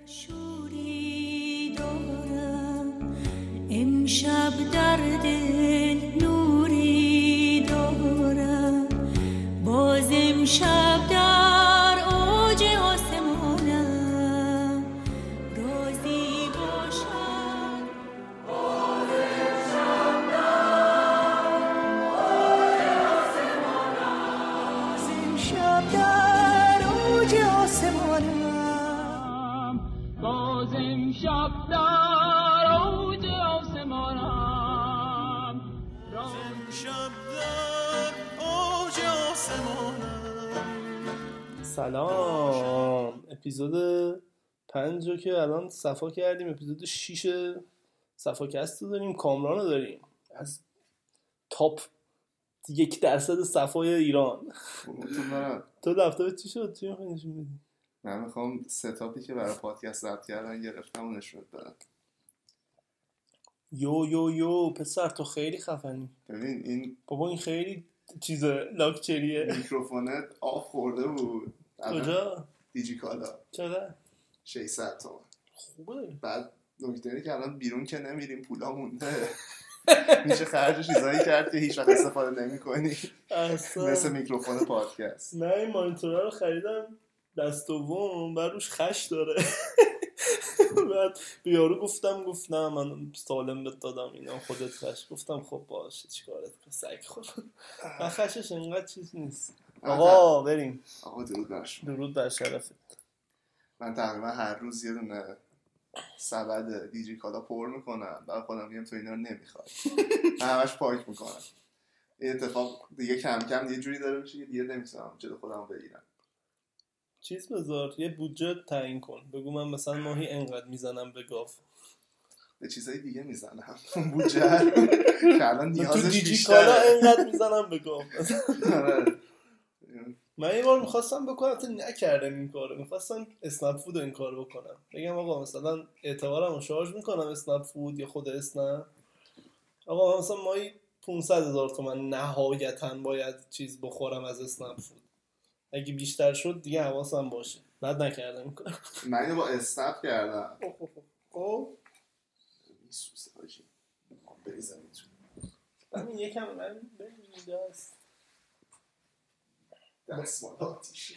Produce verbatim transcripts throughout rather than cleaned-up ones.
شوری دارم امشب در دل نوری دارم باز امشب در اوج آسمانم رازی باشم باز امشب در اوج آسمانم باز امشب در اوج آسمانم باز امشب در اوج آسمانم باز امشب در اوج آسمانم. سلام، اپیزود پنج رو که الان صفا کردیم، اپیزود شیش صفاکست رو داریم، کامران رو داریم از تاپ یک درصد صفای ایران. تو لپتاپ چی شد؟ چی میخوایی نشون بدی؟ من میخوام ستاپی که برای پادکست ضبط کردن گرفتم و نشون بدم. یو یو یو پسر تو خیلی خفنی. ببین این بابا این خیلی چیز لاکچریه. میکروفونت آف خورده بود. کجا؟ دیجیکالا. چقدر؟ ششصد تومن. خوبه. بعد نکته اینه که الان بیرون که نمیریم پولا مونده. میشه خرج چیزایی کرد که هیچ وقت استفاده نمی‌کنی. مثل میکروفون پادکست. نه این مانیتور رو خریدم دست دوم، بعد روش خش داره. بعد به یارو گفتم گفت نه من سالم بهت دادم اینا خودت خش. گفتم خب باشه چیکارت کنم سگ خود. من خشش اینقدر چیز نیست. آقا بریم. آقا درود بر شما. درود بر شرفت. من تقریبا هر روز یه دونه سبد دیجیکالا پر میکنم، بعد خودم میگم تو اینا رو نمیخواد. همش پاک میکنم. این اتفاق دیگه کم کم یه جوری داره میشه که دیگه نمیتونم جلو خودم بگیرم. چیز بذار یه بودجه تعیین کن، بگو من مثلا ماهی انقدر میزنم به گاف، به چیزای دیگه میزنم. بودجه که الان نیازش تو بیشتره. دیجیکالا انقدر میزنم به گاف. من یه بار میخواستم بکنم تا نکردم این کارو، میخواستم اسنپ فود این کارو بکنم، بگم آقا مثلا اعتبارم رو شارژ میکنم اسنپ فود یا خود اسنپ، آقا مثلا ماهی پانصد هزار تومان نهایتاً باید چیز بخورم از اسنپ فود، اگه بیشتر شد دیگه حواسم باشه. بعد نکردم این کارو. من اینو با اسنپ کردم. خب میسوزه حاجی. بریزم اینجا. همین یکم من اینجا هست. دستمال آتیشه.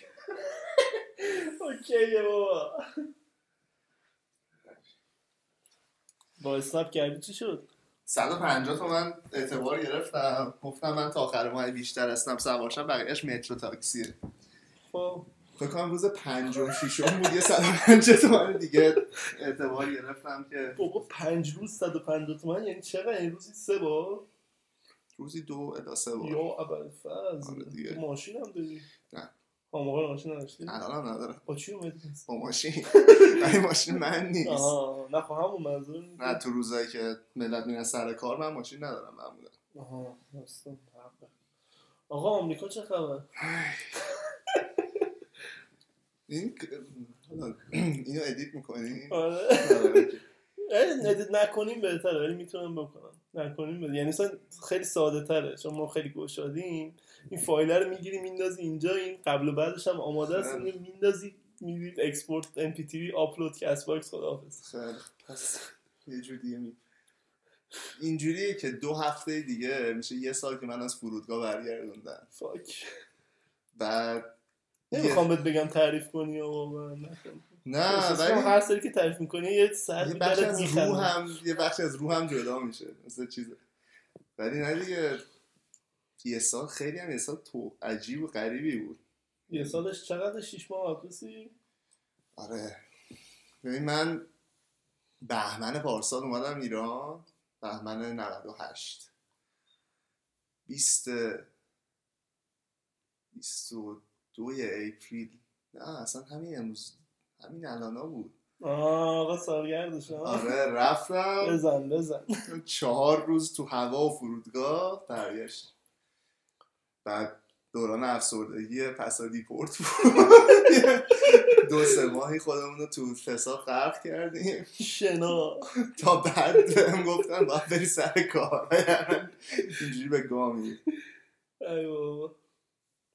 اوکیه بابا. با اسنپ کردی چی شد؟ صد و پنجاه تومن اعتبار گرفتم. گفتم من تا آخر ماه بیشتر اسنپ سوار شم، بقیه‌اش مترو تاکسیه. خب فکر کنم روز پنجم ششم بود یه صد و پنجاه تومن دیگه اعتبار گرفتم که بابا پنج روز صد و پنجاه تومن یعنی چقدر؟ این روزی سه بار؟ روزی دو الی سه بار. یا ابوالفضل آره دیگه. تو ماشین هم داری؟ نه. ها موقع ماشین نداشتی؟ الان هم ندارم. با چی اومدی؟ با ماشین. این ماشین من نیست. آها نه خب همون منظور نیست. نه تو روزایی که ملت میرن سر کار من ماشین ندارم معمولا. آها راستم. آقا آمریکا چه خبر؟ این اینو ادیت می‌کنی؟ آره. ادیت نکنیم بهتره ولی میتونم بکنم. نکنیم بهتره. یعنی مثلا خیلی ساده تره چون ما خیلی گشادیم. این فایل رو میگیری میندازی اینجا، این قبل و بعدش هم آماده است، اینو میندازی میدید اکسپورت ام پی تری آپلود کست باکس خداحافظ. خیلی پس یه جور دیگه می اینجوریه که دو هفته دیگه میشه یه سال که من از فرودگاه برگردوندم. فاک. بعد نمیخوام بهت بگم تعریف کنی واقعا نکن. نه ولی هر سری که تعریف میکنی یه سر یه بخش از میخنده. روحم یه بخش از روحم جدا میشه مثل چیزه. ولی نه دیگه یه سال خیلی هم یه سال تو عجیب و غریبی بود. یه سالش چقدر؟ شیش ماه قبلسی؟ آره ببین من بهمن پارسال اومدم ایران، بهمن نود و هشت بیست بیست و دو اپریل، نه اصلا همین امروز همین الانا بود. آقا سالگردش. آره رفتم بزن بزن چهار روز تو هوا و فرودگاه برگشت. بعد دوران افسردگی پسا دیپورت بود. دو سه ماهی خودمون رو تو فساد غرق کردیم شنا تا بعد بهم گفتن باید بری سر کار. اینجوری به گامی ای بابا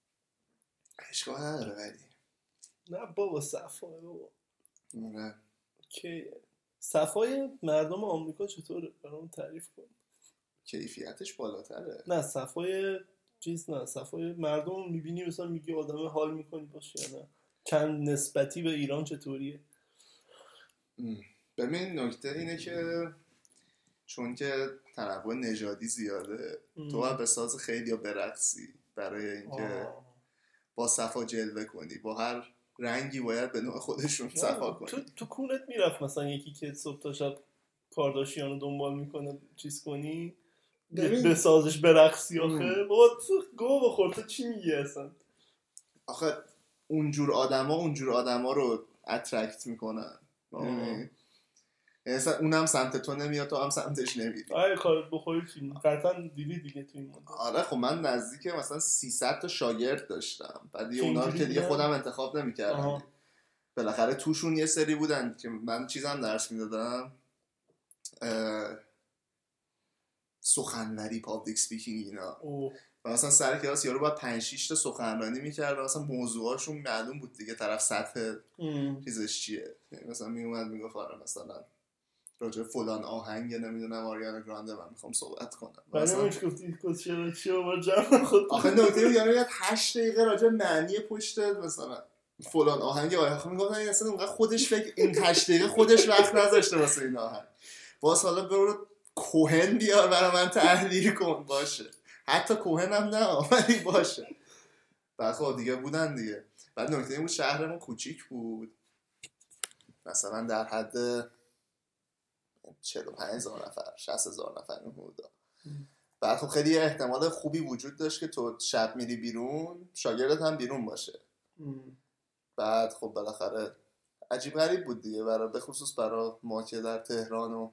اشکال نداره ولی نه بابا صفا بابا. آره که صفای مردم آمریکا چطوره؟ برام تعریف کن. کیفیتش بالاتره. نه صفای چیز نه صفای مردم میبینی مثلا میگی آدم حال میکنی باشه یا نه؟ چند نسبتی به ایران چطوریه؟ ببین نکته اینه که چون که تنوع نژادی زیاده ام. تو باید به ساز خیلی یا برقصی برای اینکه با صفا جلوه کنی، با هر رنگی باید به نوع خودشون صفا کنی. تو تو کونت میرفت مثلا یکی که صبح تا شب کارداشیان رو دنبال میکنه چیز کنی به سازش برقصی؟ آخه بابا تو گو بخور، تو چی میگی اصلا؟ آخه اونجور آدما اونجور آدما رو اترکت میکنن. یعنی اصلا اونم سمت تو نمیاد، تو هم سمتش نمیری. آره کارت بخوری چی؟ قطعا دیدی دیگه تو این مدت. آره خب من نزدیک مثلا سیصد تا شاگرد داشتم، بعد دیگه اونا رو که دیگه خودم انتخاب نمیکردم، بالاخره توشون یه سری بودن که من چیزام درس میدادم، سخنوری، پابلیک سپیکینگ اینا. اوه. و مثلا سر کلاس یارو باید پنج شش تا سخنرانی میکرد و مثلا موضوعاشون معلوم بود دیگه، طرف سطح چیزش چیه. مثلا میومد میگفت آره مثلا راجع فلان آهنگ نمیدونم آریانا گرانده من میخوام صحبت کنم. مثلا میش گفتی چرا چیو با جمع خود. آخه نکته یعنی هشت دقیقه راجع معنی پشت مثلا فلان آهنگ آخه میگفتن این اصلا اونقدر خودش فکر این هشت دقیقه خودش وقت نذاشته واسه این آهنگ. باز حالا برو کوهن بیار برای من تحلیل کن. باشه حتی کوهن هم نه ولی باشه. بعد خب دیگه بودن دیگه. بعد نکته این بود شهرمون کوچیک بود، مثلا در حد چهل و پنج هزار نفر شصت هزار نفر این حدودا. بعد خب خیلی احتمال خوبی وجود داشت که تو شب میری بیرون شاگردت هم بیرون باشه. بعد خب بالاخره عجیب غریب بود دیگه، برای به خصوص برای ما که در تهران و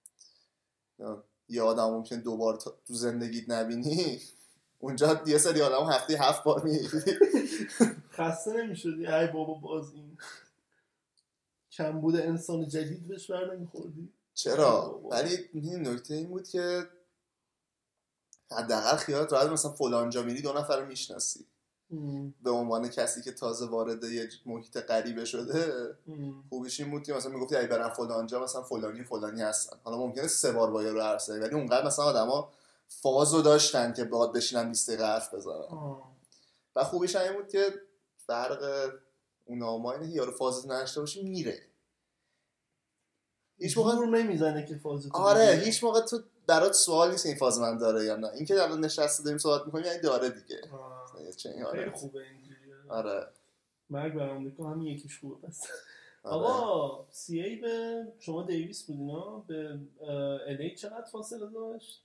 یه آدم ممکن دوبار تو زندگیت نبینی، اونجا یه سری آدم هفته هفت بار میری. خسته نمیشدی؟ ای بابا باز این کم بوده انسان جدید بهش بر نمیخوردی؟ چرا؟ ولی نکته این بود که حداقل خیالت راحت مثلا فلان جا میری دو نفر رو میشناسی به عنوان کسی که تازه وارد یه محیط غریبه شده. خوبیش این بود که مثلا میگفتی اگه برم فلان جا مثلا فلانی فلانی هستن، حالا ممکنه سه بار با یارو حرف بزنی ولی اونقدر مثلا آدما فازو داشتن که باهات بشینن بیست دقیقه حرف بزنن. و خوبیش این بود که فرق اونا ما اینه که یارو فاز نداشته باشه میره، هیچ موقع رو نمیزنه که فاز تو. آره بگیره. هیچ موقع تو برات سوال نیست این فاز من داره یا نه، اینکه الان نشسته داریم صحبت می‌کنیم یعنی داره دیگه. خیلی خوبه اینجوریه. آره مرگ بر آمریکا هم یکیش خوبه بس. آقا سی ای به شما دیویس بود اینا به ال ای چقدر فاصله داشت؟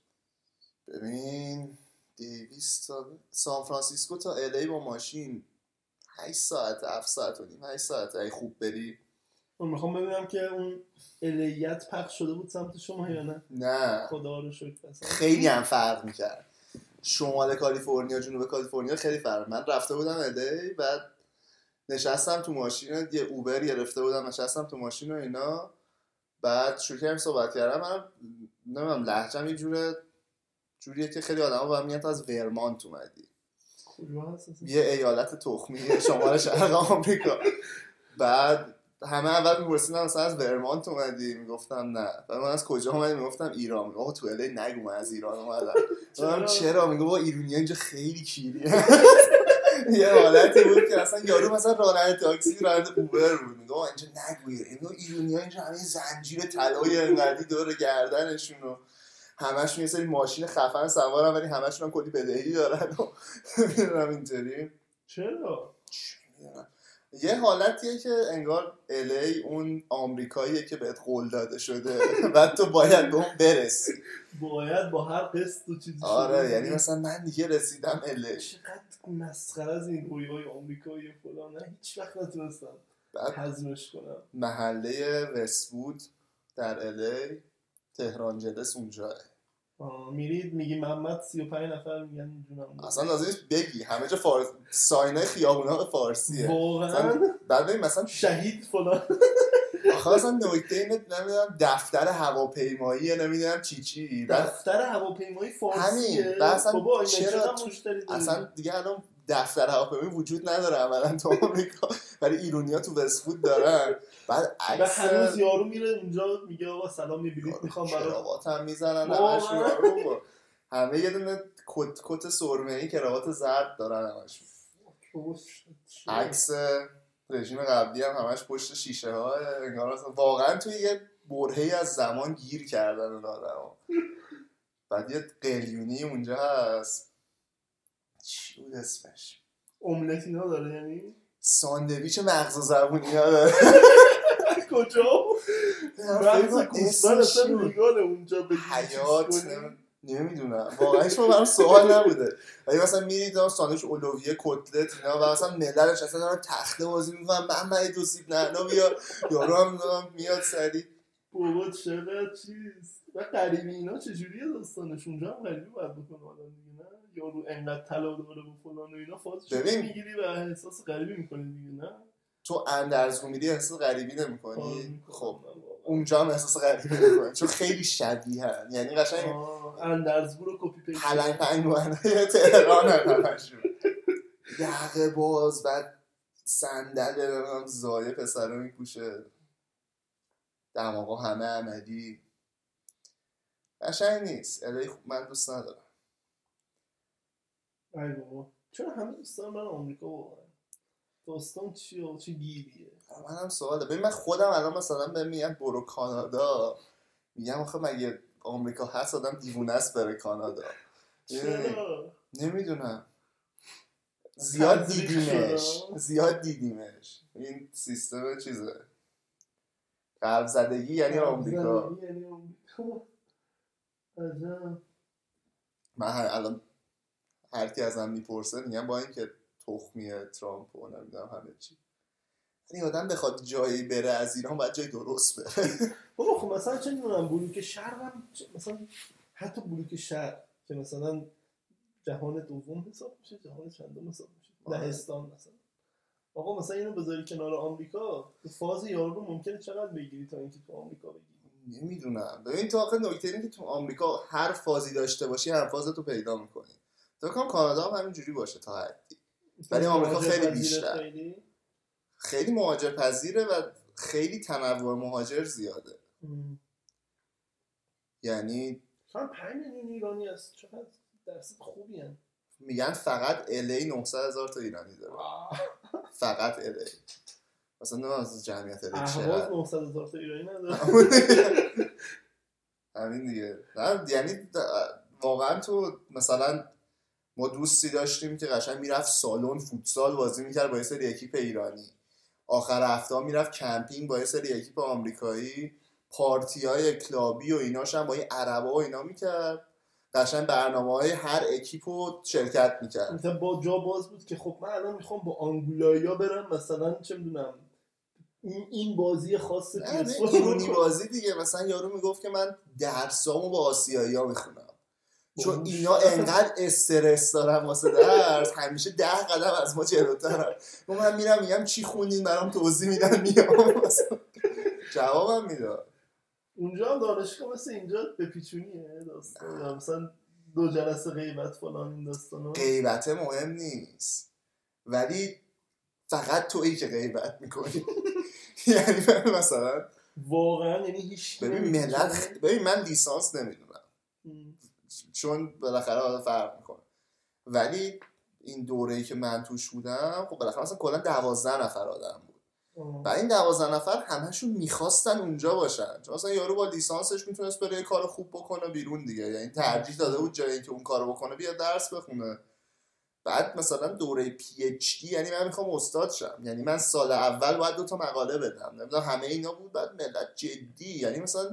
ببین دیویس تا سان فرانسیسکو تا ال ای با ماشین هشت ساعت هفت ساعت و نیم هشت ساعت اگه خوب بری. من میخوام ببینم که اون الیت پخش شده بود سمت شما یا نه. نه خدا رو شکر مثلا خیلی هم فرق میکرد. شمال کالیفرنیا جنوب کالیفرنیا خیلی فرق. من رفته بودم ال ای بعد نشستم تو ماشین، یه اوبر گرفته بودم نشستم تو ماشین و اینا، بعد شروع کردم صحبت کردم. من نمیدونم لهجه‌م یه جوره جوریه که خیلی آدما با میگن تو از ورمانت اومدی. کجا هست؟ یه ایالت تخمی شمال شرق آمریکا. بعد همه اول می‌پرسیدن مثلا از ورمانت اومدی؟ میگفتم نه. بعد من از کجا اومدی؟ میگفتم ایران. میگم آقا تو ال ای نگو من از ایران اومدم. چرا؟ چرا؟ میگم بابا ایرانی‌ها اینجا خیلی کیریه. یه حالتی بود که اصلا یارو مثلا راننده تاکسی راننده اوبر بود. میگم آقا اینجا نگویر. اینا ایرانی‌ها اینجا همین زنجیر طلای انقدی دور گردنشون و همشون یه سری ماشین خفن سوارن ولی همشون هم کلی بدهی دارن و میدونم اینطوری. چرا؟ یه حالتیه که انگار ال ای اون آمریکاییه که بهت قول داده شده بعد تو باید به اون برسی، باید با هر قسط و چیزی. آره یعنی مثلا من دیگه رسیدم ال ای. چقدر مسخره از این رویای آمریکایی فلان، نه هیچ وقت نتونستم هضمش کنم. محله وست‌وود در ال ای تهران جلس اونجاه. میرید میگی محمد سی و پنج نفر میگن جونم. اصلا لازم نیست بگی، همه جا فارس ساینای خیابونا به فارسیه واقعا. بعد ببین مثلا شهید فلان. آخه اصلا نکته اینه نمیدونم دفتر هواپیمایی نمیدونم چی چی دفتر هواپیمایی فارسیه. همین. اصلا بابا چرا مشتری اصلا دیگه الان دفتر هواپیمایی وجود نداره عملا تو آمریکا، ولی ایرونیا تو وست‌فود دارن. بعد عکس هنوز یارو میره اونجا میگه آقا سلام یه بلیط میخوام برای کراوات هم میزنن همش یارو، همه یه دونه کت کت سرمه‌ای کراوات زرد دارن همش. عکس رژیم قبلی هم همش پشت شیشه ها، انگار واقعا توی یه برهه‌ای از زمان گیر کردن اون آدم‌ها. بعد یه قلیونی اونجا هست، چی بود اسمش؟ املت اینا داره، یعنی ساندویچ مغز و زبونی ها داره. کجا؟ مغز کوستان اصلا لیگاله اونجا بگیری حیات نمیدونم واقعا هیچ برام سوال نبوده. ولی مثلا میرید اون ساندویچ اولویه کتلت اینا و مثلا مللش اصلا دارن تخته بازی میکنن، من من دو سیب نعنا بیا، یارو هم میاد سری بابا چقدر چیز و غریبی اینا چجوریه داستانش اونجا هم غریبی باید بکنه آدم دیگه، نه یارو انقدر طلا داره و فلان و اینا فازش میگیری و احساس غریبی میکنی دیگه، نه تو اندرز میری احساس غریبی نمیکنی؟ خب اونجا هم احساس غریبی میکنی چون خیلی شبیه هن، یعنی قشنگ اندرزگو رو کپی پیست پلنگ پنگوانه تهران هم همشون یقه باز، بعد صندل نمیدونم زایه پسره میپوشه، دماغا همه عملی، قشنگ نیست. الی خوب من دوست ندارم. ای بابا چرا همه دوست دارم من آمریکا واقعا؟ داستان چیه؟ چه گیریه؟ من هم سواله. ببین من خودم الان مثلا به میگم برو کانادا، میگم آخه مگه آمریکا هست آدم دیوونه است بره کانادا؟ چرا؟ نمیدونم، زیاد دیدیمش زیاد دیدیمش این سیستم چیزه قلب زدگی یعنی آمریکا. یعنی آمریکا. عجب. من الان هر کی ازم میپرسه میگم با اینکه تخمیه ترامپ و نمیدونم همه چی، یعنی آدم بخواد جایی بره از ایران باید جای درست بره. بابا خب مثلا چه میدونم بلوک شرق هم مثلا حتی بلوک شرق که مثلا جهان دوم حساب میشه، جهان چندم حساب میشه، لهستان مثلا. آقا مثلا اینو بذاری کنار آمریکا، تو فاز یارو رو ممکنه چقدر بگیری تا اینکه تو آمریکا بگیری؟ نمیدونم. ببین تو آخه نکته اینه که تو آمریکا هر فازی داشته باشی هر فازتو پیدا میکنی. تو کام کانادا هم همینجوری باشه تا حدی، ولی آمریکا خیلی بیشتر، خیلی, خیلی مهاجر پذیره و خیلی تنوع مهاجر زیاده. ام. یعنی مثلا پنج میلیون ایرانی هست، چقدر درصد خوبی هست. میگن فقط الی نهصد هزار تا ایرانی داره. فقط الی. مثلا نه از جمعیت الی چقدر نهصد هزار تا ایرانی نداره. همین دیگه. یعنی واقعا تو مثلا ما دوستی داشتیم که قشنگ میرفت سالن فوتسال بازی میکرد با یه سری اکیپ ایرانی، آخر هفته میرفت کمپینگ با یه سری اکیپ آمریکایی، پارتیای کلابی و ایناش هم با این عربا و اینا میکرد، قشنگ برنامه‌های هر اکیپو شرکت میکرد. مثلا با جا باز بود که خب من الان میخوام با آنگولایی‌ها برم مثلا چه میدونم این این بازی خاص ایرانی بازی دیگه، مثلا یارو میگفت که من درسامو با آسیایی‌ها میخونم چون اینا انقدر استرس دارن واسه درس، همیشه ده قدم از ما جلوترن. من میرم میگم چی خوندین برام توضیح میدن، میام جوابم میداد. اونجا هم دانشگاه مثل اینجا به پیچونیه داستان، مثلا دو جلسه غیبت فلان این داستانا. غیبت مهم نیست ولی فقط تویی که غیبت میکنی. یعنی مثلا واقعا یعنی هیچ ببین ملت ببین من لیسانس نمیدونم چون بالاخره آدم فرق میکنه، ولی این دوره‌ای که من توش بودم خب بالاخره مثلا کلا دوازده نفر آدم بود و این دوازده نفر همه‌شون میخواستن اونجا باشن چون مثلا یارو با لیسانسش میتونست بره یه کار خوب بکنه بیرون دیگه، یعنی ترجیح داده بود جایی اینکه اون کارو بکنه بیا درس بخونه. بعد مثلا دوره پی اچ دی، یعنی من میخوام استاد شم، یعنی من سال اول باید دو تا مقاله بدم، نمیدونم همه اینا بود. بعد ملت جدی، یعنی مثلا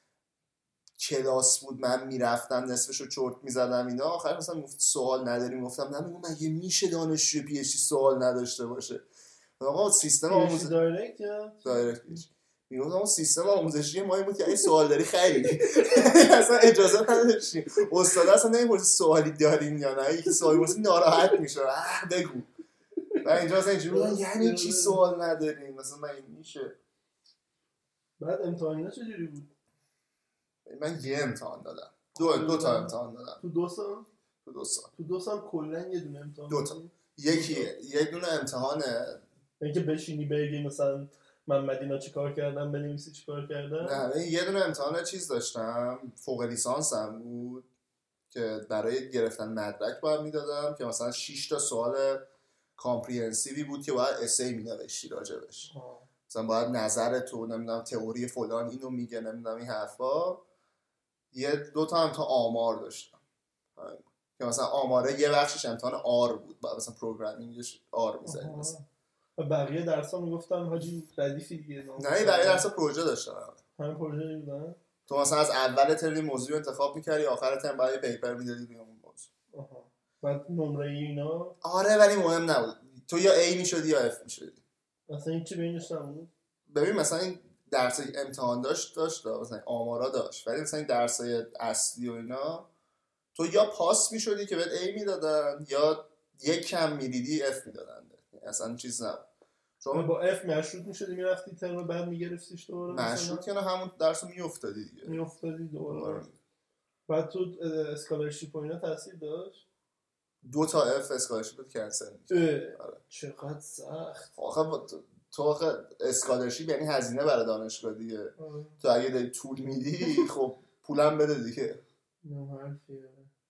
کلاس بود من میرفتم نصفشو چرت میزدم اینا، آخر مثلا گفت سوال نداریم، گفتم نه میگم مگه میشه دانشجوی پی اچ دی سوال نداشته باشه؟ آقا سیستم آموزشی دایرکت یا دایرکت میگم آقا سیستم آموزشی ما این بود که اگه سوال داری خیلی اصلا اجازه نداشتیم، استاد اصلا نمیپرسه سوالی دارین یا نه، یکی سوال میپرسه ناراحت میشه اه بگو. و اینجا اصلا اینجوری یعنی چی سوال نداریم مثلا مگه میشه؟ بعد امتحانا چجوری بود؟ من یه امتحان دادم، دو دو تا امتحان دادم. تو دو سال؟ تو دو سال. تو دو سال کلا یه دونه امتحان. دو تا. یکی یه دونه امتحانه، اینکه بشینی بگی مثلا من مدینا چی کار کردم بنویسی چی کار کردم. نه یه دونه امتحان چیز داشتم فوق لیسانس هم بود که برای گرفتن مدرک باید میدادم که مثلا شش تا سوال کامپریهنسیوی بود که باید اسی مینوشتی راجبش، مثلا باید نظر تو نمیدونم تئوری فلان اینو میگه نمیدونم این حرفا. یه دو تا امتحان آمار داشتم که مثلا آماره یه بخشش امتحان آر بود، بعد مثلا پروگرامینگش آر می‌زدی مثلا. و بقیه درس‌ها میگفتن حاجی ردیفی دیگه. نه بقیه درس‌ها پروژه داشتن. همین پروژه بودن. تو مثلا از اول ترم موضوع انتخاب می‌کردی، آخر ترم برای پیپر میدادی روی اون موضوع. آها. بعد نمره اینا آره ولی مهم نبود. تو یا A می‌شدی یا F می‌شدی. مثلا این چی بینش نبود؟ ببین مثلا این درس امتحان داشت داشت مثلا آمارا داشت، ولی مثلا این درسای اصلی و اینا تو یا پاس می‌شدی که بهت A میدادن یا یک کم میدیدی F میدادن. اصلا چیز نبود. چون با F مشروط می‌شدی میرفتی ترم بعد میگرفتیش دوباره مشروط که نه همون درسو میافتادی دیگه. میافتادی دوباره. بعد تو اسکالرشیپ و اینا تاثیر داشت؟ دو تا اف اسکالرشیپ بود کنسل میشه. آره. چقدر سخت. آخه تو آخه اسکالرشیپ یعنی هزینه برای دانشگاه دیگه. آه. تو اگه داری طول میدی خب پولم بده دیگه. نه حرفیه.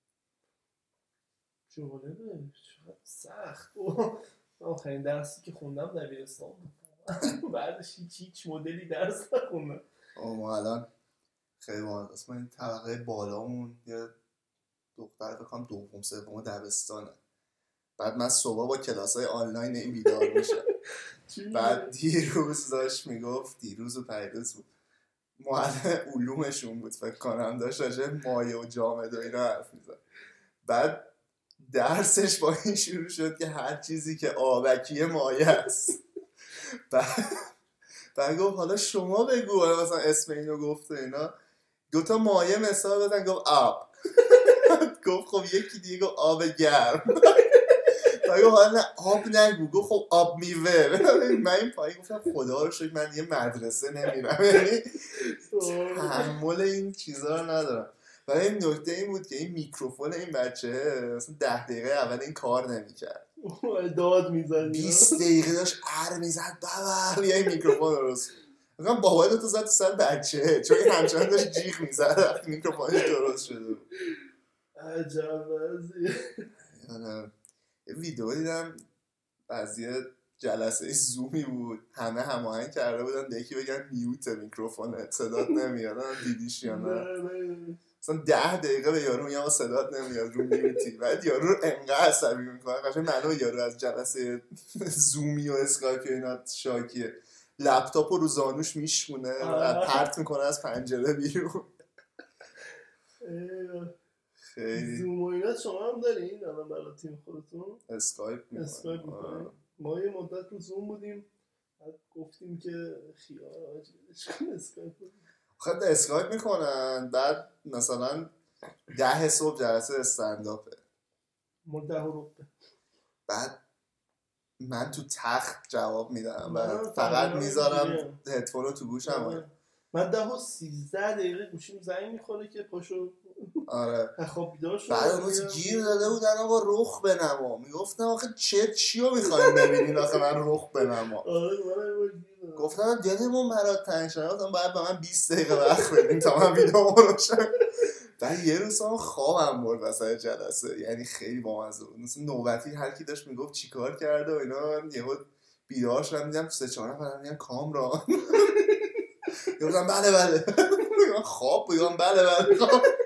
جالبه. چقدر سخت. آخرین درسی که خوندم دبیرستان بود. بعدش هیچ هیچ مدلی درس نخوندم. آه ما الان خیلی مهمه. اصلا این طبقه بالامون یه دختر بکنم دوم سوم دبستانه. بعد من صبح با کلاس‌های آنلاین این بیدار میشم. بعد دیروز داشت میگفت دیروز و پریروز بود معلم علومشون بود فکر کنم داشت راجع مایع و جامد و اینا حرف میزد. بعد درسش با این شروع شد که هر چیزی که آبکی مایع است. بعد بعد گفت حالا شما بگو مثلا اسم اینو گفت اینا دوتا مایع مثال بزن گفت آب. گفت خب یکی دیگه گفت آب گرم. بعد گفت حالا آب نگو گفت خب آب میوه. من این پایی گفتم خدا رو شکر من یه مدرسه نمیرم، یعنی تحمل این چیزا رو ندارم. ولی این نکته این بود که این میکروفون این بچه مثلا ده دقیقه اول این کار نمیکرد، داد میزد بیست دقیقه داشت ار میزد بابا یه میکروفون درست. میگم بابا تو زد سر بچه چون این همچنان داشت جیغ میزد وقتی میکروفونش درست شده بود. عجب وضعیه. یه ویدیو دیدم از یه جلسه زومی بود همه هماهنگ کرده بودن به یکی بگن میوت میکروفونه صدات نمیاد. دیدیش یا نه؟ مثلا ده دقیقه به یارو میگم صدات نمیاد رو میوتی، بعد یارو رو انقدر عصبی میکنه قشنگ معلومه یارو از جلسه زومی و اسکایپ و اینا شاکیه. لپتاپو رو زانوش میشونه پرت میکنه از پنجره بیرون. خیلی زوم و اینا شما هم دارین الان برای تیم خودتون؟ اسکایپ میکنه. اسکایپ میکنه. ما یه مدت رو زوم بودیم بعد گفتیم که خیال آجیدش کن اسکایپ بودیم. خب اسکایپ میکنن بعد مثلا ده صبح جلسه استنداپه ما ده رو بعد من تو تخت جواب میدم و فقط میذارم هدفون رو تو گوشم. من ده و سیزده دقیقه گوشیم زنگ میخوره که پاشو آره خواب بیدار شد. بعد اون روز گیر داده بودن آقا رخ بنما. میگفتم آخه چه چیو میخوایم ببینین آخه من رخ بنما. آره من گفتم دلمون برات تنگ شد گفتم باید به من بیست دقیقه وقت بدین تا من ویدیو روشن. بعد یه روز هم خوابم برد وسط جلسه، یعنی خیلی بامزه بود. مثلا نوبتی هر کی داشت میگفت چیکار کرده و اینا یهو بیدار شدم دیدم سه چهار نفر میگن کامران. گفتم بله بله. خواب بودم بله بله.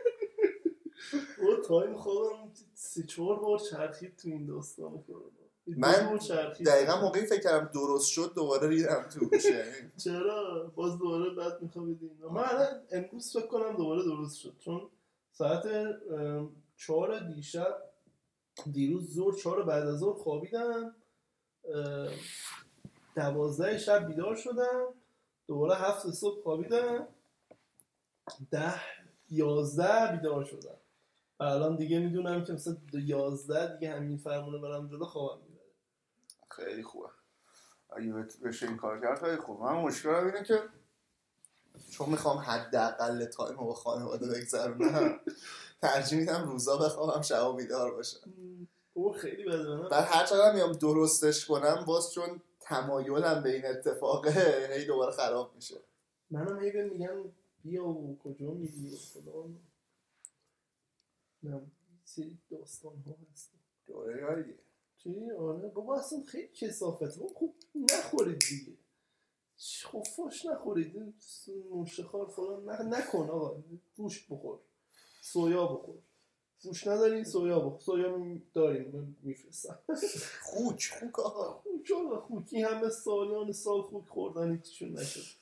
او تایم خوابم سه چهار بار چرخید تو این داستان. من دقیقا موقعی فکر کردم درست شد دوباره ریدم توش. چرا باز دوباره بعد میخوابیدیم؟ من الان امروز فکر کنم دوباره درست شد چون ساعت چهار دیشب دیروز زور چهار بعد از ظهر خوابیدم، دوازده شب بیدار شدم، دوباره هفت صبح خوابیدم، ده یازده بیدار شدم. الان دیگه میدونم که مثلا یازده دیگه همین فرمونه برم جلو خوابم میبره. خیلی خوبه اگه بشه این کار کرد خیلی خوبه. من مشکلم اینه که چون میخوام حداقل تایم رو با خانواده بگذرونم ترجیح میدم روزا بخوابم شبا بیدار باشم. او خیلی بده. من بعد هر چقدر میام درستش کنم باز چون تمایلم به این اتفاقه هی دوباره خراب میشه. منم هی بهم میگن بیا و کجا میری و فلان. نه سری داستان ها هست دوره یاریه چی؟ آره بابا اصلا خیلی کثافت. بابا خوب نخورید دیگه، خب فاش نخورید، نوشه خوار فلان نه نکن آقا. گوشت بخور، سویا بخور. گوشت ندارین سویا بخور. سویا داریم من میفرستم. خوک خوک آقا خوک آقا خوکی همه سالیان سال خوک خوردن هیچشون نشد.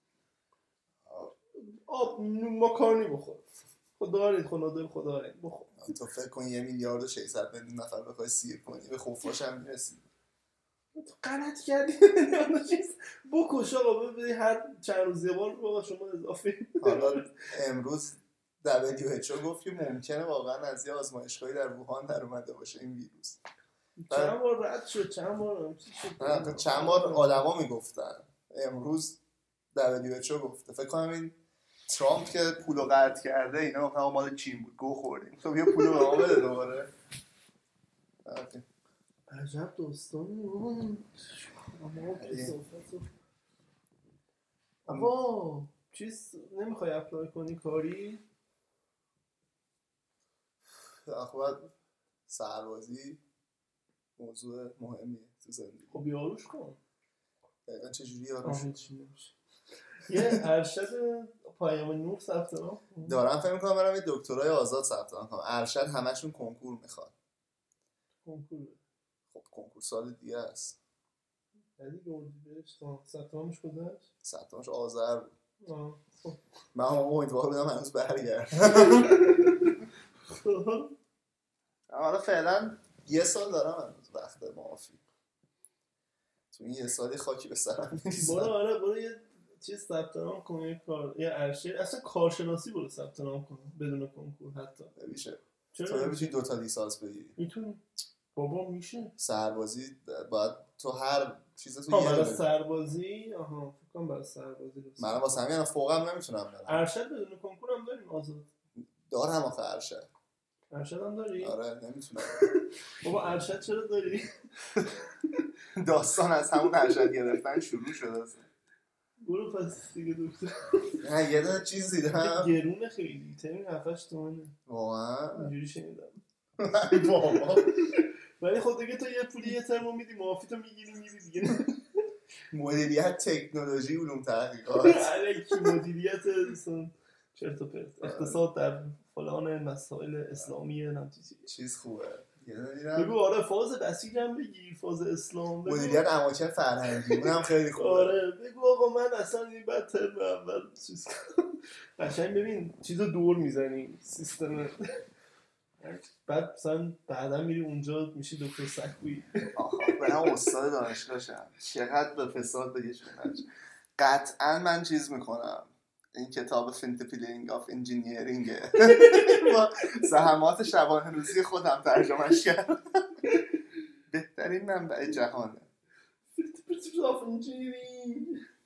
آب ماکارونی بخور. خود دارید خدا دارید خدا دارید بخور. تو فکر کن یه میلیارد و ششصد میلیون نفر بخوای سیر کنی به خفاش هم میرسی. تو غلط کردی. بکش آقا ببینی هر چند روز یه بار بابا شما اضافه. حالا امروز دبلیو اچ او گفت که ممکنه واقعا از یه آزمایشگاهی در ووهان در اومده باشه این ویروس. چند بار رد شد چند بار نه چند بار آدما میگفتن، امروز دبلیو اچ او گفته. فکر کنم این ترامپ که پولو قطع کرده اینا مثلا مال چین بود گو خوردیم تو بیا پولو به ما بده دوباره. عجب داستانی اون اما کثافت. آقا چیز نمیخوای اپلای کنی کاری؟ آخه سربازی موضوع مهمیه تو زندگی. خب یاروش کن. دقیقا چجوری یاروش؟ یه ارشد پایان نور ثبت نام دارم فکر می‌کنم برام یه دکترای آزاد ثبت نام کنم. ارشد همشون کنکور میخوان. کنکور؟ خب کنکور سال دیگه است. یعنی گردی بهش ثبت نامش کجاست؟ ثبت نامش آذر بود. آه خب من هم امیدوار بودم هنوز برگرد. حالا فعلا یه سال دارم هنوز وقت معافی. تو این یه سالی خاکی به سرم میریزم. برو آره برو یه چیز ثبت نام کن، یه کار یه ارشد اصلا کارشناسی برو ثبت نام کن بدون کنکور حتی. نمیشه. چرا تو نمیتونی دو تا لیسانس بگیری. میتونی. بابا میشه. سربازی باید تو هر چیز تو ها یه برای سربازی. آها فکر کنم برای سربازی درست. من واسه همین فوقم نمیتونم برم. ارشد بدون کنکور هم داریم آزاد. دارم آخه ارشد. ارشد هم داری؟ آره نمیتونم. بابا ارشد چرا داری؟ داستان از همون ارشد گرفتن شروع شده است. برو پس دیگه دکتر. نه یه دونه چیز دیدم گرونه خیلی ترین هفتش تومنه واقعا. اینجوری شنیدم. بابا ولی خود دیگه تو یه پولی یه ترمو میدی معافی تو میگیری میری دیگه. مدیریت تکنولوژی علوم تحقیقات. الکی مدیریت اصلا چرت و پرت. اقتصاد در فلان مسائل اسلامی هم چیز خوبه. بگو آره فاز بسیج هم بگیر فاز اسلام. مدیریت اماکن فرهنگی اونم خیلی خوبه. آره بگو آقا من اصلا این بعد ترم اول چیز قشنگ ببین چیزو دور میزنی سیستم بعد مثلا بعدا میری اونجا میشی دکتر سکویی. آها من استاد دانشگاه شدم چقدر به فساد بگیش کنم. قطعا من چیز میکنم این کتاب فینتپلینگ آف انجینیرینگه با سهمات شبانه روزی خودم ترجمهش کردم. بهترین منبع جهانه فینتپلینگ آف انجینیرینگ.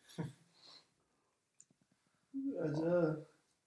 عجب.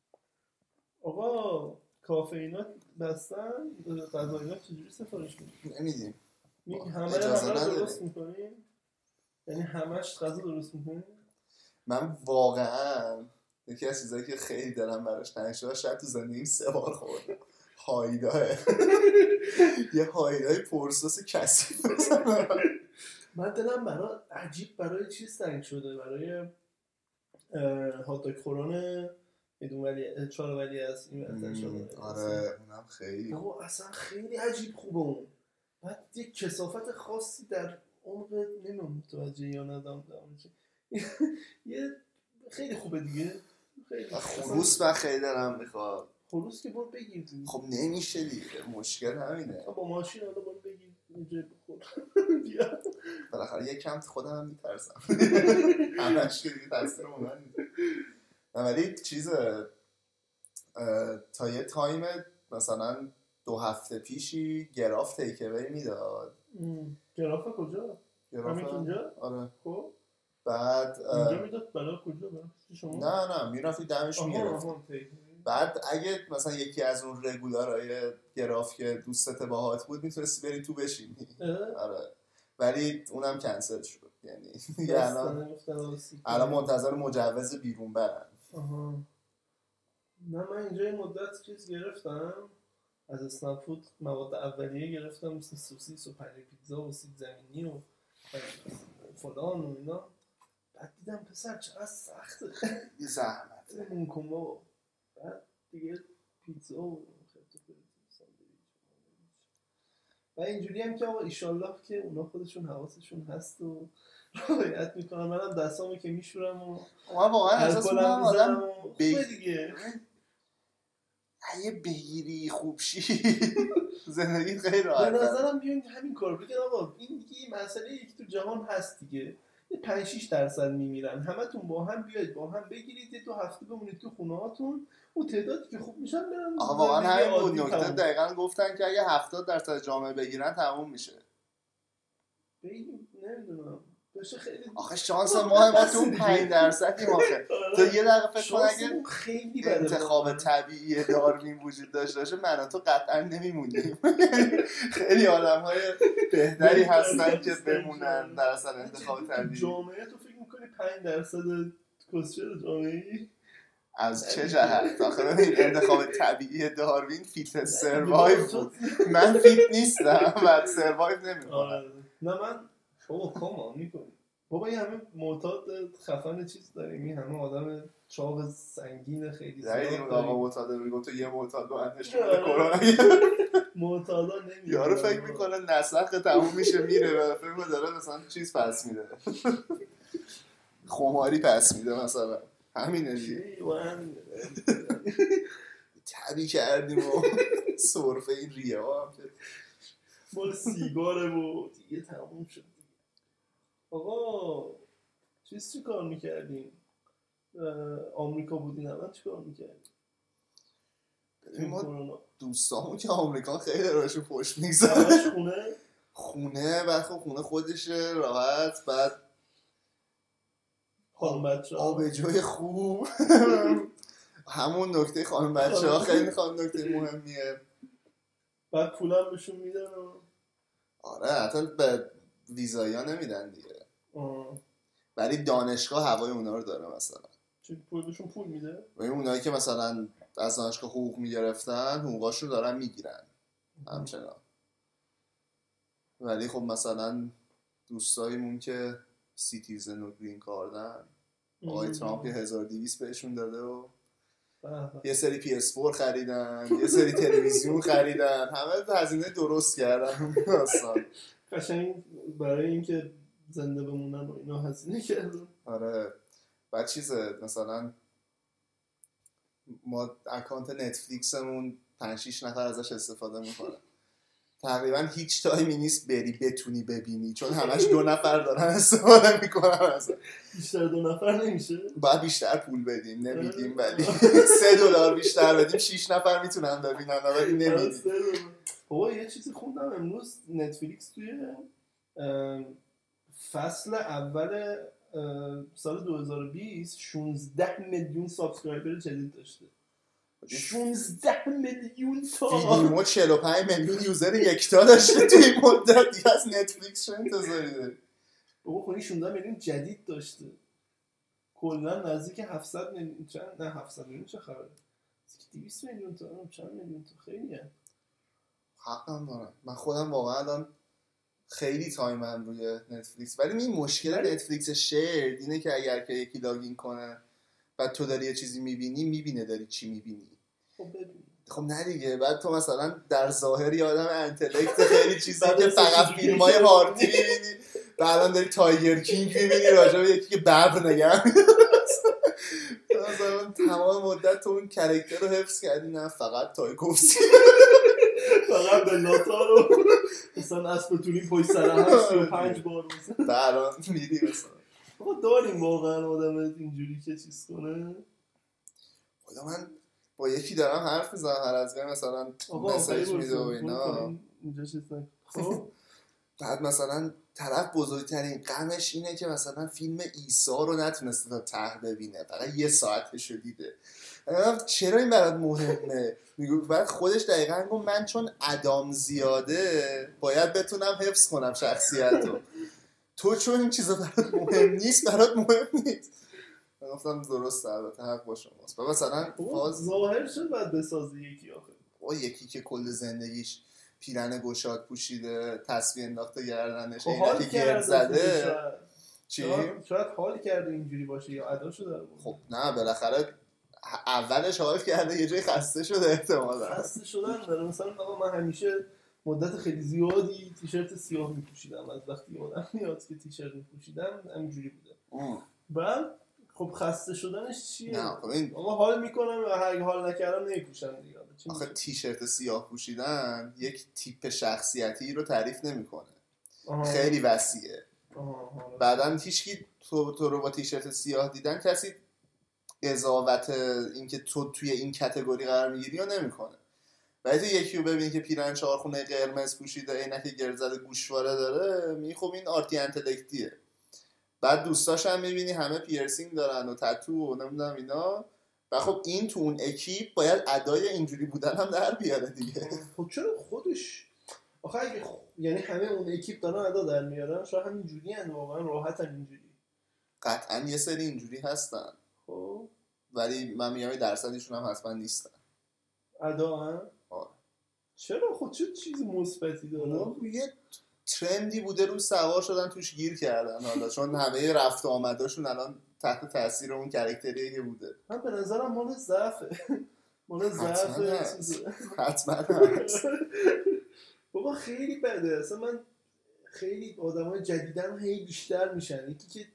آقا کافئینات بستن غذاییات چجوری سفارش میدید؟ نمیدیم. میگی همه همه درست میکنیم؟ یعنی همش غذا درست میکنیم؟ من واقعا یکی از چیزایی که خیلی دلم براش تنگ شده شاید تو زندگیم سه بار خوردم هایداه. یه هایدای پرسوس کثیف بزنم. من دلم برای عجیب برای چیز تنگ شده برای هاتاک خوران میدون ولی چهار ولی از این وقتا شده. آره اونم خیلی خوب. اصلا خیلی عجیب خوبه اون. بعد یه کثافت خاصی در عمق نمیم متوجه یا ندام دارم یه خیلی خوبه دیگه. خیلی خلوص من خیلی دارم میخواد. خلوص که برو بگیر دیگه. خب نمیشه دیگه مشکل همینه. با ماشین حالا برو بگیر اینجا بخور بیا. بالاخره یک کم خودم هم میترسم. همش که دیگه ترسیم من ولی چیز تا یه تایم مثلا دو هفته پیشی گراف تیک اوی میداد. گراف کجا؟ همین اینجا؟ آره. خب بعد اینجا میداد برای کجا؟ برای شما؟ نه نه میرفتی دمش میگرفت. بعد اگه مثلا یکی از اون رگولارهای گراف که دوستت باهات بود میتونستی بری تو بشینی. آره ولی اونم کنسل شد. یعنی دیگه الان الان منتظر مجوز بیرون برن. آها. نه من اینجا یه مدت چیز گرفتم از اسنپ فود، مواد اولیه گرفتم مثل سوسیس و پنیر پیتزا و سیب زمینی و فلان و اینا. بعد دیدم پسر چقدر سخته، خیلی زحمته اون کن بابا. بعد دیگه پیتزا و و اینجوری هم که آقا ایشالله که اونا خودشون حواسشون هست و رعایت میکنن. منم دستامو که میشورم و ما واقعا احساس میکنم آدم خوبه دیگه. اگه بگیری خوب شی زندگی خیلی راحته. به نظرم بیاین همین کار بگن آقا این دیگه مسئله یکی تو جهان هست دیگه. پنج شش درصد میمیرن، همتون با هم بیاید با هم بگیرید یه دو هفته بمونید تو خونه هاتون، اون تعدادی که خوب میشن برن. آقا واقعا همین بود نکته. دقیقاً گفتن که اگه هفتاد درصد جامعه بگیرن تموم میشه. بگیم نمیدونم بشه خیلی. آخه شانس ما ما تو پنج درصدیم آخه. تو یه دقیقه فکر کن اگه خیلی انتخاب طبیعی داروین وجود داشته باشه من و تو قطعا نمیمونیم. خیلی آدم‌های بهتری هستن که بمونن در اصل انتخاب طبیعی. جامعه تو فکر می‌کنی پنج درصد کسچر جامعه‌ای؟ از چه جهت؟ آخه ببین انتخاب طبیعی داروین فیت سروایو بود. من فیت نیستم و سروایو نمی‌کنم. نه من بابا کامان میکنی بابا این همه معتاد خفن چیز داریم، این همه آدم چاق سنگین خیلی زیاد داریم. اون آقا معتاده میگو تو یه معتاد با اندشون کرونا معتادا نمیدونم یارو فکر میکنه نسخ تموم میشه میره و فکر میکنه داره مثلا چیز پس میده خماری پس میده مثلا همینه دیگه. تبی کردیم و صرفه این ریه ها هم که مال سیگاره و دیگه تموم شد. آقا چیز چی کار میکردیم؟ آمریکا بودین الان چی کار میکردیم؟ ما دوستامون که آمریکا خیلی راشون پشت میگذارن. خونه؟ خونه بعد خب خونه خودشه راحت، بعد خانم بچه ها آبجوی خوب همون نکته خانم بچه ها خیلی خانم نکته مهمیه. بعد پولم بهشون میدن و آره حتی به ویزایی ها نمیدن دیگه. آه. ولی دانشگاه هوای اونا رو داره مثلا. چون پول بهشون پول میده؟ و این اونایی که مثلا از دانشگاه حقوق میگرفتن حقوقاشو دارن میگیرن همچنان. ولی خب مثلا دوستایمون که سیتیزن و گرین کاردن آقای ترامپ یه هزار و دویست بهشون داده و یه سری پی اس فور خریدن، یه سری تلویزیون خریدن، همه هزینه درست کردن اصلا. قشنگ برای اینکه زنده بمونن و اینا هزینه کردن. آره بعد چیزه مثلا ما اکانت نتفلیکسمون پنج شش نفر ازش استفاده میکنن. تقریبا هیچ تایمی نیست بری بتونی ببینی چون همش دو نفر دارن استفاده میکنن. اصلا بیشتر دو نفر نمیشه؟ باید بیشتر پول بدیم نمیدیم ولی سه دلار بیشتر بدیم شیش نفر میتونن ببینن ولی نمیدیم. بابا یه چیزی خوندم امروز نتفلیکس توی فصل اول سال دو هزار و بیست شانزده میلیون سابسکرایبر جدید داشته. شانزده میلیون تا فیلمو چهل و پنج میلیون یوزر یکتا داشته توی این مدت دیگه از نتفلیکس چه انتظاری داری؟ بابا خونی شانزده میلیون جدید داشته. کلا نزدیک هفتصد میلیون چند نه هفتصد میلیون چه خبره؟ نزدیک دویست میلیون تا چند میلیون تا خیلیه. حقم دارم. من خودم واقعا الان خیلی تایمم روی نتفلیکس ولی این مشکل نتفلیکس شیر اینه که اگر که یکی لاگین کنه بعد تو داری یه چیزی میبینی میبینه داری چی میبینی. خب ببین خب نه دیگه بعد تو مثلا در ظاهر یه آدم انتلکت خیلی چیزی که فقط فیلم‌های هارتی میبینی و الان داری تایگر کینگ میبینی راجع به یکی که ببر نگه مثلا تمام مدت تو اون کرکتر رو حفظ کردی نه فقط تایکوفسکی فقط به ناتا رو مثلا اسب بتونیم پای سر هشت و پنج بار مثلا بران میدی مثلا. آقا داریم واقعا آدم اینجوری که چیز کنه. خدا من با یکی دارم حرف میزنم هر از گاهی مثلا مسیج میده و اینا اینجا چیز نکن. خب بعد مثلا طرف بزرگترین غمش اینه که مثلا فیلم عیسی رو نتونسته تا ته ببینه، فقط یه ساعتشو دیده. چرا این برات مهمه؟ میگه بعد خودش دقیقاً گفت من چون ادام زیاده باید بتونم حفظ کنم شخصیتو، تو چون این چیزا برات مهم نیست برات مهم نیست. من گفتم درسته، البته حق با شماست. مثلا فاز ظاهر شد بعد بسازه یکی آخه او یکی که کل زندگیش پیرن گشاد پوشیده، تسبیح انداخته گردنش، اینکه گرد زده. چی؟ شاید حال کرده اینجوری باشه یا اداشو داره. خب نه بالاخره اولش حال کرده، یه جای خسته شده احتمالاً. خسته شدن داره. مثلا آقا من همیشه مدت خیلی زیادی تیشرت سیاه میپوشیدم، از وقتی یادم میاد که تیشرت میپوشیدم همینجوری بوده. بعد خب خسته شدنش چیه؟ نه خب این آقا حال میکنم و هر حال نکردم نمیپوشم دیگه. آخه تیشرت سیاه پوشیدن یک تیپ شخصیتی رو تعریف نمیکنه، خیلی وسیعه. بعدم هیچکی تو تو رو با تیشرت سیاه دیدن کسی قضاوت اینکه تو توی این کاتگوری قرار میگیری یا نمیکنه. ولی تو یکی رو ببینی که پیرن چهارخونه قرمز پوشیده، عینک گرد زده، گوشواره داره، می خب این آرتی انتلکتیه. بعد دوستاش هم میبینی همه پیرسینگ دارن و تتو و نمیدونم اینا، و خب این تو اون اکیپ باید ادای اینجوری بودن هم در بیاره دیگه. خب چرا خودش آخه اگه خ... یعنی همه اون اکیپ دارن ادا در میارن، شاید همینجوری ان واقعا راحتن اینجوری. قطعا یه سری اینجوری هستن خب ولی من میگم درصدشون هم حتما نیستن ادا هم. آه. چرا خود چه چیز مثبتی داره؟ یه ترندی بوده رو سوار شدن توش گیر کردن حالا، چون همه رفت و آمداشون الان تحت تاثیر اون کاراکتریه که بوده. من به نظرم مال ضعفه. مال ضعفه چیزه. حتما هست. بابا خیلی بده. اصلا من خیلی آدمای جدیدن هی بیشتر میشن، یکی که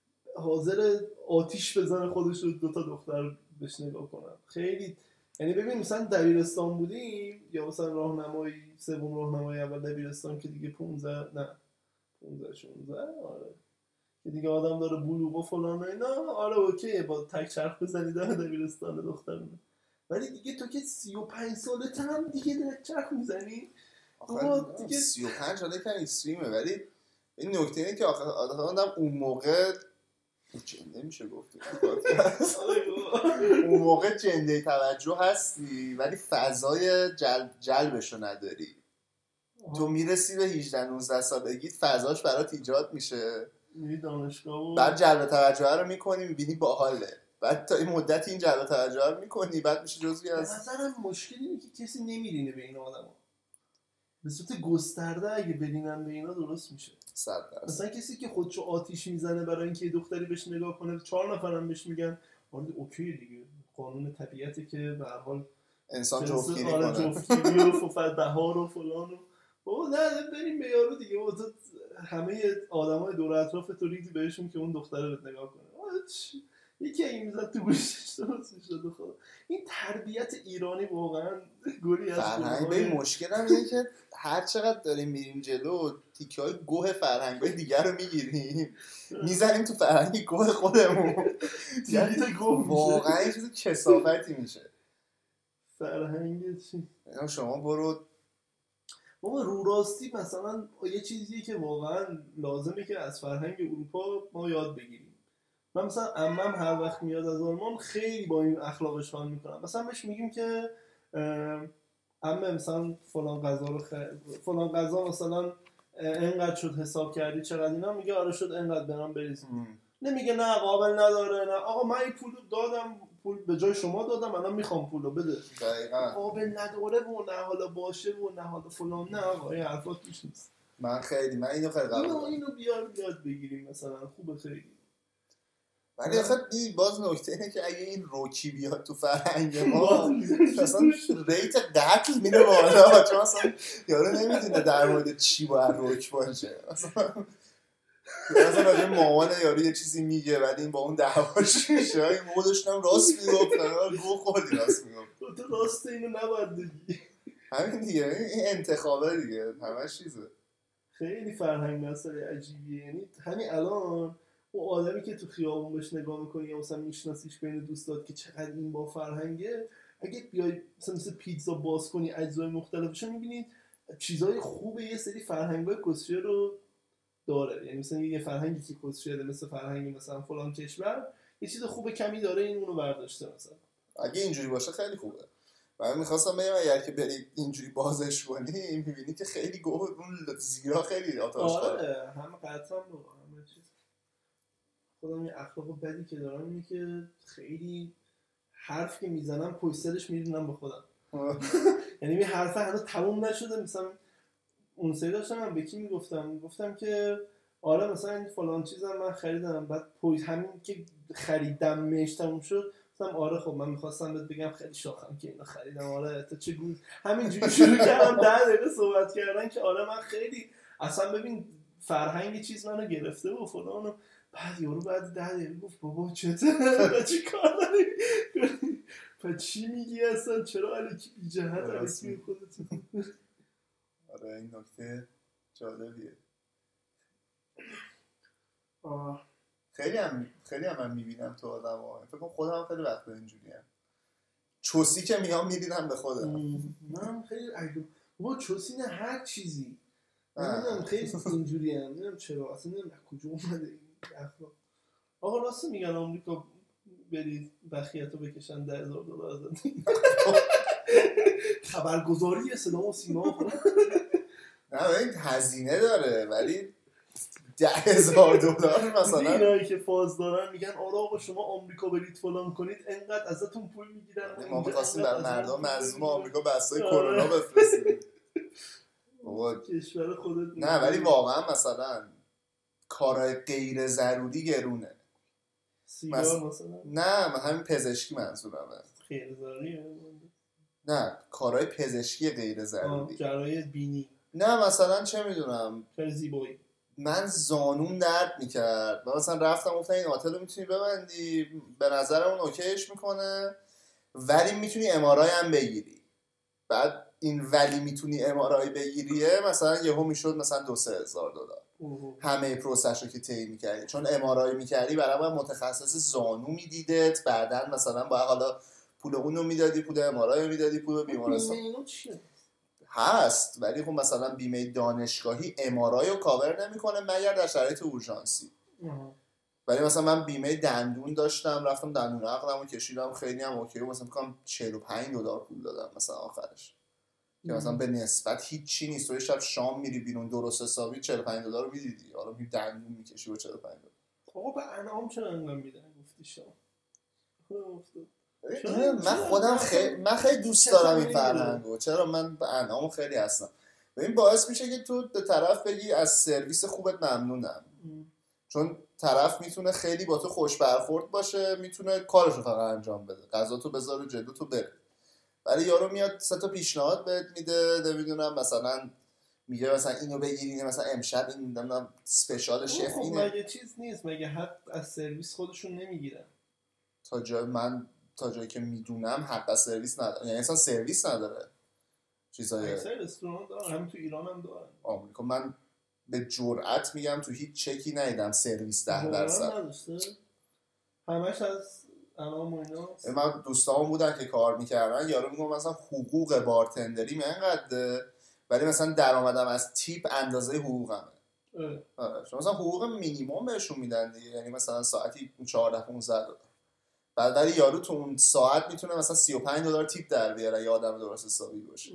حاضر آتیش بزنه خودش رو دو تا دختر بهش نگاه کنن. خیلی یعنی ببین مثلا دبیرستان بودیم یا مثلا راهنمایی سوم راهنمایی اول دبیرستان که دیگه پانزده نه پانزده شانزده آره که دیگه آدم داره بلوغ و فلان و اینا، آره اوکیه با تک چرخ بزنید در دبیرستان دخترونه. ولی دیگه تو که سی و پنج سالت هم دیگه تک چرخ میزنی. آخه دیگه سی و پنج ساله که اکستریمه. ولی این نکته اینه که آخه آدم اون موقع جنده میشه گفت اون موقع جنده توجه هستی ولی فضای جل... جلبشو نداری. تو میرسی به هجده نوزده سالگی فضاش برات ایجاد میشه، میری دانشگاه و بعد جلب توجه رو میکنی، میبینی باحاله، بعد تا این مدت این جلب توجه رو میکنی، بعد میشه جزوی از. به نظرم مشکل اینه که کسی نمیرینه به این آدما به صورت گسترده. اگه برینن به اینا درست میشه. صد درصد. مثلا کسی که خودشو آتیش میزنه برای اینکه دختری بهش نگاه کنه، چهار نفرم بهش میگن آره اوکی دیگه، قانون طبیعته که به هر حال انسان جفتگیری کنه، کنه، جفتگیری و فقط بهار و فلان و بابا نه بریم به یارو دیگه. بابا تو همه آدمای دور اطراف تو ریدی بهشون که اون دختره بهت نگاه کنه. یکی این میزد تو گوشش درست میشد. خدا این تربیت ایرانی واقعا گلی از فرهنگ. به مشکل هم اینه که هر چقدر داریم میریم جلو تیکه های گوه فرهنگ های دیگر رو میگیریم میزنیم تو فرهنگ گوه خودمون. تیکه گوه واقعا این چیز کثافتی میشه. فرهنگ چی؟ شما برو بابا رو راستی مثلا یه چیزیه که واقعا لازمه که از فرهنگ اروپا ما یاد بگیریم. من مثلا عمم هر وقت میاد از آلمان خیلی با این اخلاقش حال میکنم. مثلا بهش میگیم که عمه مثلا فلان غذا رو خ... فلان غذا مثلا اینقدر شد حساب کردی چقدر، اینا میگه آره شد اینقدر برام بریز. نمیگه نه قابل نداره، نه آقا من این پولو دادم، پول به جای شما دادم الان میخوام پولو بده. دقیقاً قابل نداره و نه حالا باشه و نه حالا فلان، نه آقا این حرفا توش نیست. من خیلی من اینو خیلی قبول دارم. اینو بیار یاد بگیریم مثلا خوبه خیلی. ولی اصلا باز نکته اینه که اگه این روکی بیاد تو فرهنگ ما اصلا ریت قتل میره بالا، چون اصلا یارو نمیدونه در مورد چی باید روک باشه. مثلا مثلا راجع مامان یارو یه چیزی میگه ولی این با اون دعواش میشه، این موقع داشتم راست میگفتن گو خودی راست میگفت. تو راست اینو نباید بگی. همین دیگه این انتخابه دیگه همش چیزه. خیلی فرهنگ مسئله عجیبیه. یعنی همین الان اون آدمی که تو خیابون بهش نگاه میکنی یا مثلا میشناسیش بین دوستات که چقدر این با فرهنگه، اگه بیای مثلا مثل پیتزا باز کنی اجزای مختلفش میبینید چیزای خوب یه سری فرهنگ‌های کسچه رو داره. یعنی مثلا یه فرهنگی که کسچه مثل فرهنگی مثلا فلان کشور یه چیز خوب کمی داره، این اونو برداشته مثلا. اگه اینجوری باشه خیلی خوبه. من می‌خواستم بگم اگر که بری اینجوری بازش کنی می‌بینی که خیلی گوه اون زیرا خیلی آتش داره. آره همه قطعا رو همه چیز. خودم یه اخلاق بدی که دارم اینه که خیلی حرف که میزنم پشت سرش میدونم به خودم. یعنی این حرف هنوز تموم نشده. مثلا اون سری داشتم من به کی میگفتم گفتم که آره مثلا این فلان چیزم من خریدم، بعد پویز همین که خریدم مش تموم شد گفتم آره خب من میخواستم بهت بگم خیلی شاخم که اینو خریدم، آره تو چه گوز. همینجوری شروع کردم ده دقیقه صحبت کردن که آره من خیلی اصلا ببین فرهنگ چیز منو گرفته و فلان و بعد یارو بعد ده دقیقه گفت بابا چته چی کار داری پس چی میگی اصلا، چرا الکی بی جهت الکی خودت. آره این نکته جالبیه. آه خیلی هم خیلی هم من میبینم تو آدم‌ها، فکر کنم خودم هم خیلی وقت اینجوریم چوسی که میام میدیدم به خودم. من خیلی عجب بابا چوسی نه هر چیزی نمیدونم خیلی اینجوری هم نمیدونم چرا اصلا نمیدونم کجا اومده این اخلاق. آقا راست میگن آمریکا برید بخیتو بکشن ده هزار دلار ازت خبرگزاری صدا و سیما. نه این هزینه داره ولی ده هزار دلار مثلا اینایی که فاز دارن میگن آره آقا شما آمریکا برید فلان کنید انقدر ازتون پول میگیرن. ما می‌خواستیم برای مردم مظلوم آمریکا بسای کرونا بفرستیم. بابا کشور خودت نه ولی واقعا مثلا کارهای غیر ضروری گرونه. سیگار مثلا نه من همین پزشکی منظورمه. غیر ضروریه. نه کارهای پزشکی غیر ضروری. جراحی بینی. نه مثلا چه میدونم کار زیبایی. من زانوم درد میکرد و مثلا رفتم گفتم این آتل رو میتونی ببندی، به نظر اون اوکیش میکنه ولی میتونی ام آر آی هم بگیری. بعد این ولی میتونی ام آر آی بگیریه مثلا یهو میشد مثلا دو سه هزار دلار همه پروسش رو که طی میکردی، چون ام آر آی میکردی برای متخصص زانو میدیدت، بعدن مثلا باید حالا پول اونو میدادی، پول ام آر آی میدادی، پول بیمارستان هست ولی خب مثلا بیمه دانشگاهی ام آر آی رو کاور نمیکنه مگر در شرایط اورژانسی. ولی مثلا من بیمه دندون داشتم رفتم دندون عقلمو کشیدم خیلی هم اوکی، مثلا میگم چهل و پنج دلار پول دادم مثلا آخرش که مثلا به نسبت هیچ چی نیست. تو شب شام میری بیرون درست حسابی چهل و پنج دلار رو میدیدی، حالا می دندون میکشی با چهل و پنج دلار. آقا به انعام چرا انقدر میدن گفتی شما؟ من خودم خیلی من خیلی دوست دارم این فرهنگو. چرا من به انعام خیلی هستم. ببین باعث میشه که تو به طرف بگی از سرویس خوبت ممنونم، چون طرف میتونه خیلی با تو خوش برخورد باشه، میتونه کارشو فقط انجام بده، غذاتو بذاره جلوتو بره. ولی یارو میاد سه تا پیشنهاد بهت میده، نمیدونم مثلا میگه مثلا اینو بگیرین، مثلا امشب این نمیدونم اسپشیال شف اینه. مگه چیز نیست؟ مگه حق از سرویس خودشون نمیگیرن؟ تا جای من تا جایی که میدونم حق از سرویس نداره، یعنی اصلا سرویس نداره چیزای اکثر رستوران دارن، همین تو ایران هم دارن. آمریکا من به جرئت میگم تو هیچ چکی ندیدم سرویس ده درصد نداشته. همش از انعام و ایناست. من دوستام بودن که کار میکردن، یارو میگم مثلا حقوق بارتندری اینقدره ولی مثلا درآمدم از تیپ اندازه حقوقمه. آره شما مثلا حقوق مینیمم بهشون میدن دیگه، یعنی مثلا ساعتی چهارده پانزده دلار، بعد ولی یارو تو اون ساعت میتونه مثلا سی و پنج دلار تیپ در بیاره، یه آدم درست حسابی باشه.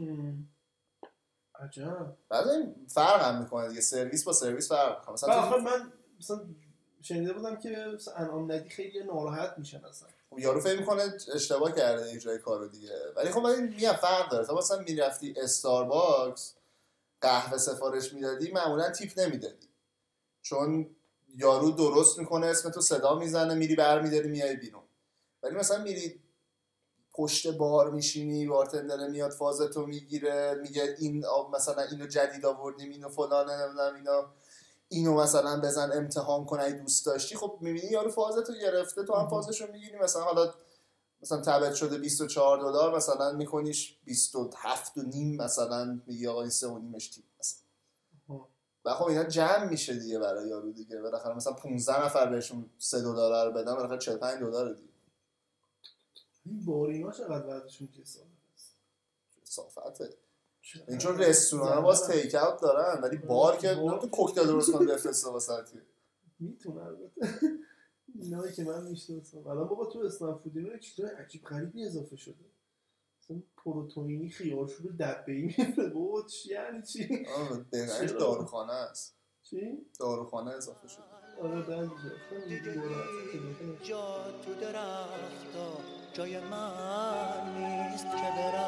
عجب. بعد این فرق هم میکنه دیگه، سرویس با سرویس فرق میکنه. مثلا آخه من مثلا شنیده بودم که مثلا انعام ندی خیلی ناراحت میشن اصلا. یارو فکر میکنه اشتباه کرده اجرای کارو دیگه، ولی خب من میگم فرق داره. تا مثلا میرفتی استارباکس قهوه سفارش میدادی معمولا تیپ نمیدادی، چون یارو درست میکنه اسم تو صدا میزنه میری برمیداری میای بیرون. ولی مثلا میری پشت بار میشینی بارتندر میاد فازتو میگیره میگه این مثلا اینو جدید آوردیم اینو فلان نمیدونم اینا اینو مثلا بزن امتحان کن اگه دوست داشتی، خب میبینی یارو فازتو گرفته تو هم فازشو میگیری، مثلا حالا مثلا تبت شده بیست و چهار دلار مثلا میکنیش بیست و هفت و نیم مثلا میگی آقا این سه و نیمش تیپ مثلا. و خب اینا جمع میشه دیگه برای یارو دیگه، بالاخره مثلا پانزده نفر بهشون سه دلار رو بدن بالاخره چهل و پنج دلار دیگه. این بارینا چقدر وضعشون کسافته است. کسافته. این چون رستوران باز تیک اوت دارن ولی بار که نمیتونه کوکتل درست کنه بفرسته واسطی. میتونه البته اینایی که من میشناسم الان بابا تو اسنپ فود اینا چیزای عجیب غریبی اضافه شده، مثلا پروتئینی خیارشور دبه‌ای میفرسته. بابا چی یعنی چی؟ آره دقیقاً داروخانه است. چی؟ داروخانه اضافه شده. آره دقیقاً جا تو درختا جای من نیست که برم